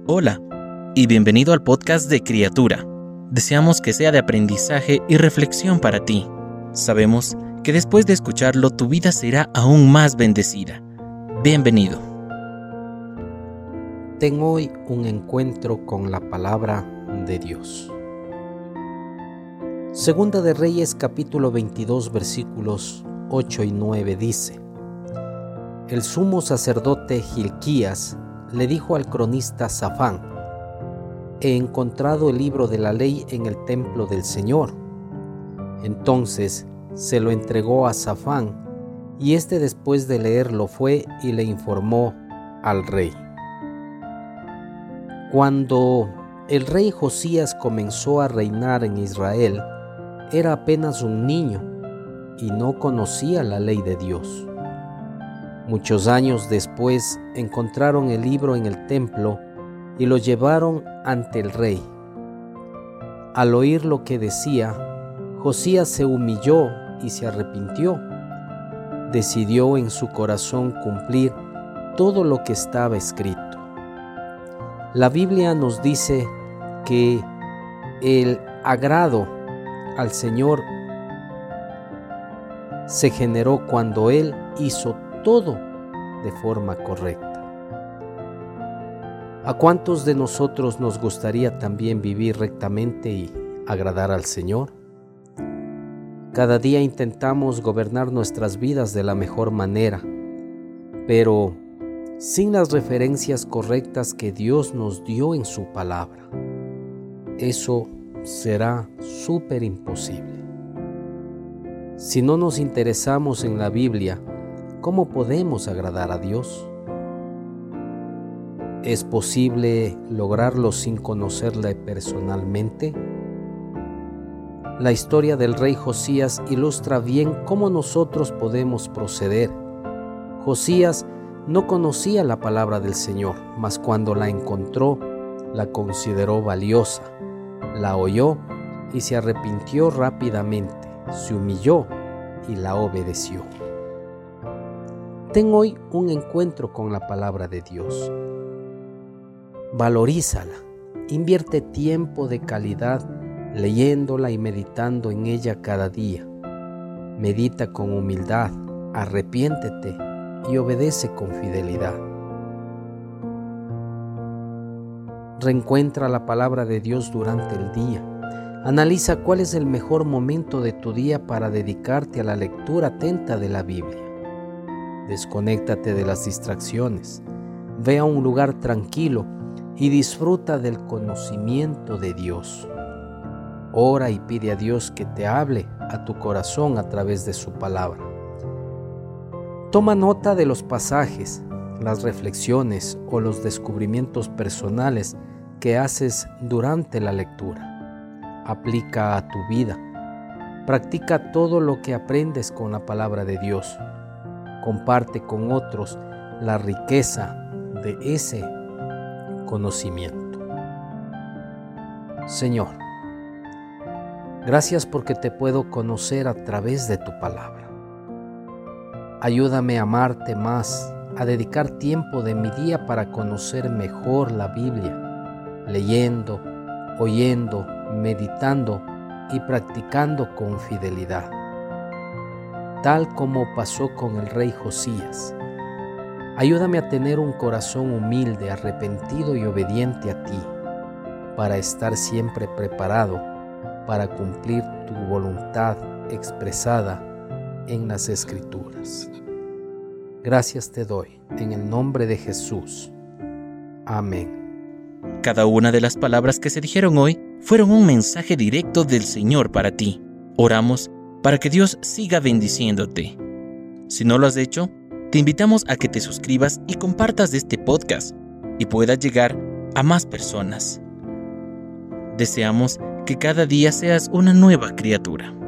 Hola y bienvenido al podcast de Criatura. Deseamos que sea de aprendizaje y reflexión para ti. Sabemos que después de escucharlo tu vida será aún más bendecida. Bienvenido. Ten hoy un encuentro con la palabra de Dios. Segunda de Reyes capítulo 22 versículos 8 y 9 dice: El sumo sacerdote Hilquías le dijo al cronista Safán: He encontrado el libro de la ley en el templo del Señor. Entonces se lo entregó a Safán, y éste después de leerlo fue y le informó al rey. Cuando el rey Josías comenzó a reinar en Israel, era apenas un niño y no conocía la ley de Dios. Muchos años después encontraron el libro en el templo y lo llevaron ante el rey. Al oír lo que decía, Josías se humilló y se arrepintió. Decidió en su corazón cumplir todo lo que estaba escrito. La Biblia nos dice que el agrado al Señor se generó cuando Él hizo todo de forma correcta. ¿A cuántos de nosotros nos gustaría también vivir rectamente y agradar al Señor? Cada día intentamos gobernar nuestras vidas de la mejor manera, pero sin las referencias correctas que Dios nos dio en su palabra. Eso será súper imposible. Si no nos interesamos en la Biblia, ¿cómo podemos agradar a Dios? ¿Es posible lograrlo sin conocerle personalmente? La historia del rey Josías ilustra bien cómo nosotros podemos proceder. Josías no conocía la palabra del Señor, mas cuando la encontró, la consideró valiosa, la oyó y se arrepintió rápidamente, se humilló y la obedeció. Ten hoy un encuentro con la palabra de Dios. Valorízala, invierte tiempo de calidad leyéndola y meditando en ella cada día. Medita con humildad, arrepiéntete y obedece con fidelidad. Reencuentra la palabra de Dios durante el día. Analiza cuál es el mejor momento de tu día para dedicarte a la lectura atenta de la Biblia. Desconéctate de las distracciones. Ve a un lugar tranquilo y disfruta del conocimiento de Dios. Ora y pide a Dios que te hable a tu corazón a través de su palabra. Toma nota de los pasajes, las reflexiones o los descubrimientos personales que haces durante la lectura. Aplica a tu vida. Practica todo lo que aprendes con la palabra de Dios. Comparte con otros la riqueza de ese conocimiento. Señor, gracias porque te puedo conocer a través de tu palabra. Ayúdame a amarte más, a dedicar tiempo de mi día para conocer mejor la Biblia, leyendo, oyendo, meditando y practicando con fidelidad, tal como pasó con el rey Josías. Ayúdame a tener un corazón humilde, arrepentido y obediente a ti, para estar siempre preparado para cumplir tu voluntad expresada en las Escrituras. Gracias te doy, en el nombre de Jesús. Amén. Cada una de las palabras que se dijeron hoy fueron un mensaje directo del Señor para ti. Oramos para que Dios siga bendiciéndote. Si no lo has hecho, te invitamos a que te suscribas y compartas este podcast y pueda llegar a más personas. Deseamos que cada día seas una nueva criatura.